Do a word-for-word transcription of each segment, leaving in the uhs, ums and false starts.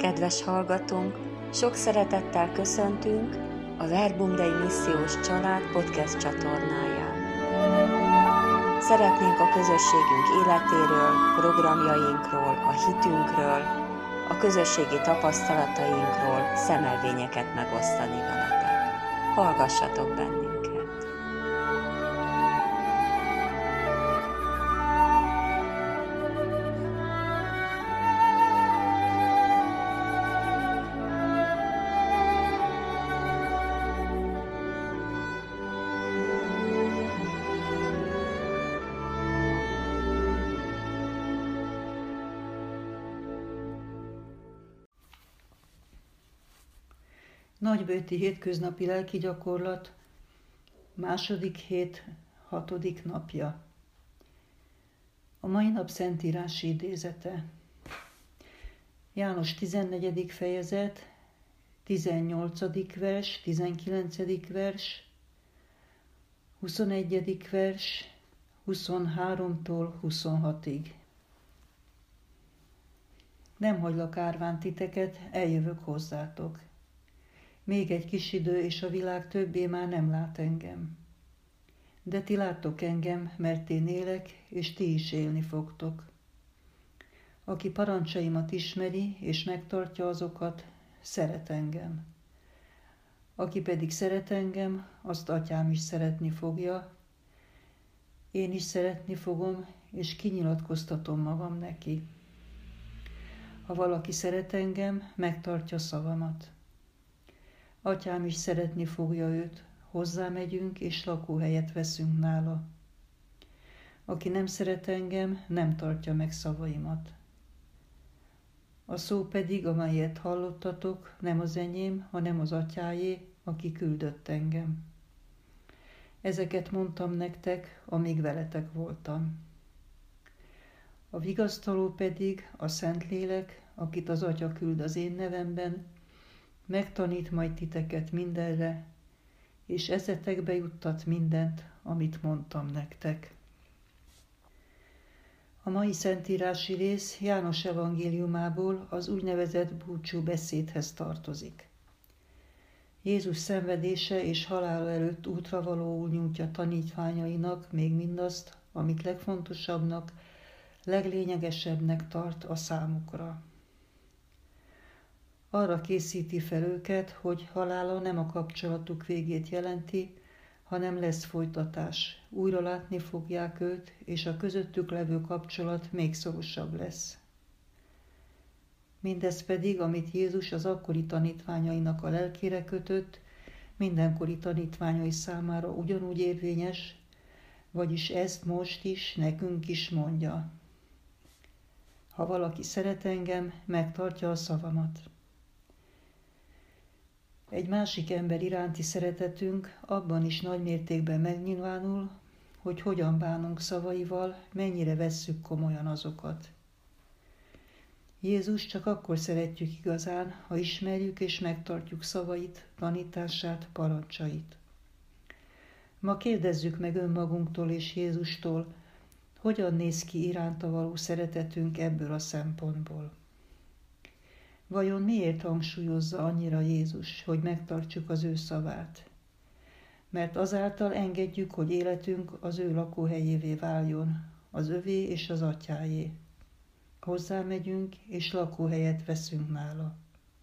Kedves hallgatónk, sok szeretettel köszöntünk a Verbum Dei Missziós Család podcast csatornáján. Szeretnénk a közösségünk életéről, programjainkról, a hitünkről, a közösségi tapasztalatainkról szemelvényeket megosztani veletek. Hallgassatok bennünket! Nagybőti hétköznapi lelki gyakorlat, második hét, hatodik napja. A mai nap szentírási idézete. János tizennegyedik fejezet, tizennyolcadik vers, tizenkilencedik vers, huszonegyedik vers, huszonháromtól huszonhatig. Nem hagylak árván titeket, eljövök hozzátok. Még egy kis idő, és a világ többé már nem lát engem. De ti láttok engem, mert én élek, és ti is élni fogtok. Aki parancsaimat ismeri, és megtartja azokat, szeret engem. Aki pedig szeret engem, azt atyám is szeretni fogja. Én is szeretni fogom, és kinyilatkoztatom magam neki. Ha valaki szeret engem, megtartja szavamat. Atyám is szeretni fogja őt, hozzámegyünk, és lakóhelyet veszünk nála. Aki nem szeret engem, nem tartja meg szavaimat. A szó pedig, amelyet hallottatok, nem az enyém, hanem az atyáé, aki küldött engem. Ezeket mondtam nektek, amíg veletek voltam. A vigasztaló pedig, a Szentlélek, akit az Atya küld az én nevemben, megtanít majd titeket mindenre, és eszetekbe juttat mindent, amit mondtam nektek. A mai szentírási rész János evangéliumából az úgynevezett búcsú beszédhez tartozik. Jézus szenvedése és halála előtt útravalóul nyújtja tanítványainak még mindazt, amit legfontosabbnak, leglényegesebbnek tart a számukra. Arra készíti fel őket, hogy halála nem a kapcsolatuk végét jelenti, hanem lesz folytatás. Újra látni fogják őt, és a közöttük levő kapcsolat még szorosabb lesz. Mindez pedig, amit Jézus az akkori tanítványainak a lelkére kötött, mindenkori tanítványai számára ugyanúgy érvényes, vagyis ezt most is, nekünk is mondja. Ha valaki szeret engem, megtartja a szavamat. Egy másik ember iránti szeretetünk abban is nagy mértékben megnyilvánul, hogy hogyan bánunk szavaival, mennyire vesszük komolyan azokat. Jézus csak akkor szeretjük igazán, ha ismerjük és megtartjuk szavait, tanítását, parancsait. Ma kérdezzük meg önmagunktól és Jézustól, hogyan néz ki iránta való szeretetünk ebből a szempontból. Vajon miért hangsúlyozza annyira Jézus, hogy megtartsuk az ő szavát? Mert azáltal engedjük, hogy életünk az ő lakóhelyévé váljon, az övé és az atyáé. Hozzámegyünk, és lakóhelyet veszünk nála.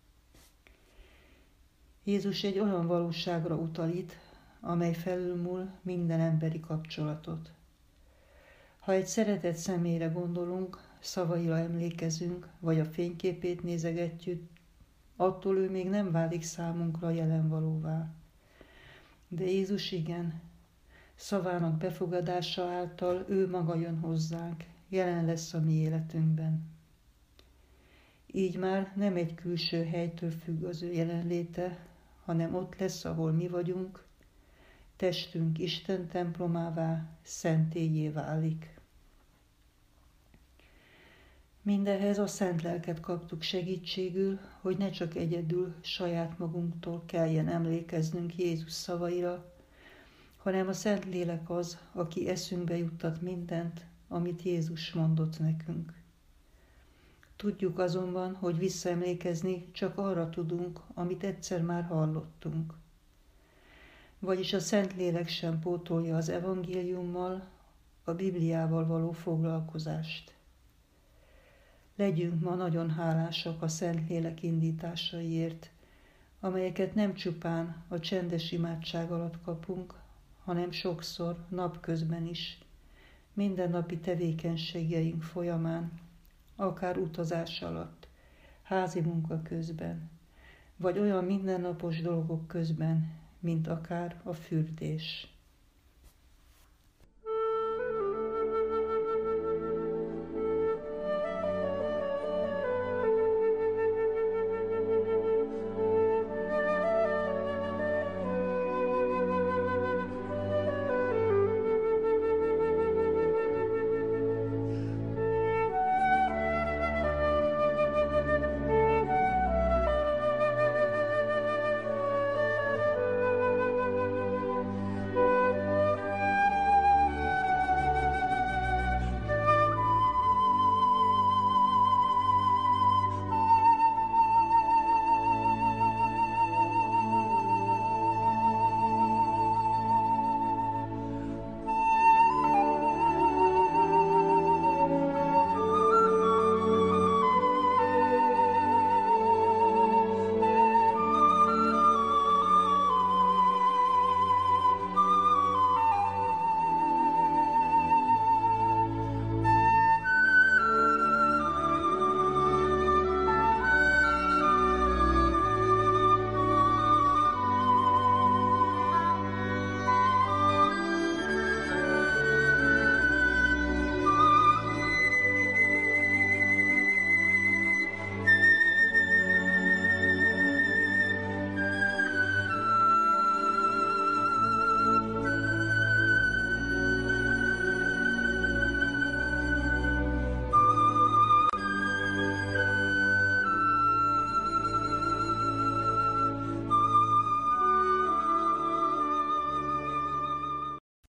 Jézus egy olyan valóságra utalít, amely felülmúl minden emberi kapcsolatot. Ha egy szeretett személyre gondolunk, szavaira emlékezünk, vagy a fényképét nézegetjük, attól ő még nem válik számunkra jelenvalóvá. De Jézus igen, szavának befogadása által ő maga jön hozzánk, jelen lesz a mi életünkben. Így már nem egy külső helytől függ az ő jelenléte, hanem ott lesz, ahol mi vagyunk, testünk Isten templomává, szentélyé válik. Mindehhez a Szent Lelket kaptuk segítségül, hogy ne csak egyedül saját magunktól kelljen emlékeznünk Jézus szavaira, hanem a Szentlélek az, aki eszünkbe juttat mindent, amit Jézus mondott nekünk. Tudjuk azonban, hogy visszaemlékezni csak arra tudunk, amit egyszer már hallottunk. Vagyis a Szentlélek sem pótolja az evangéliummal, a Bibliával való foglalkozást. Legyünk ma nagyon hálásak a Szentlélek indításaiért, amelyeket nem csupán a csendes imádság alatt kapunk, hanem sokszor napközben is, mindennapi tevékenységeink folyamán, akár utazás alatt, házi munka közben, vagy olyan mindennapos dolgok közben, mint akár a fürdés.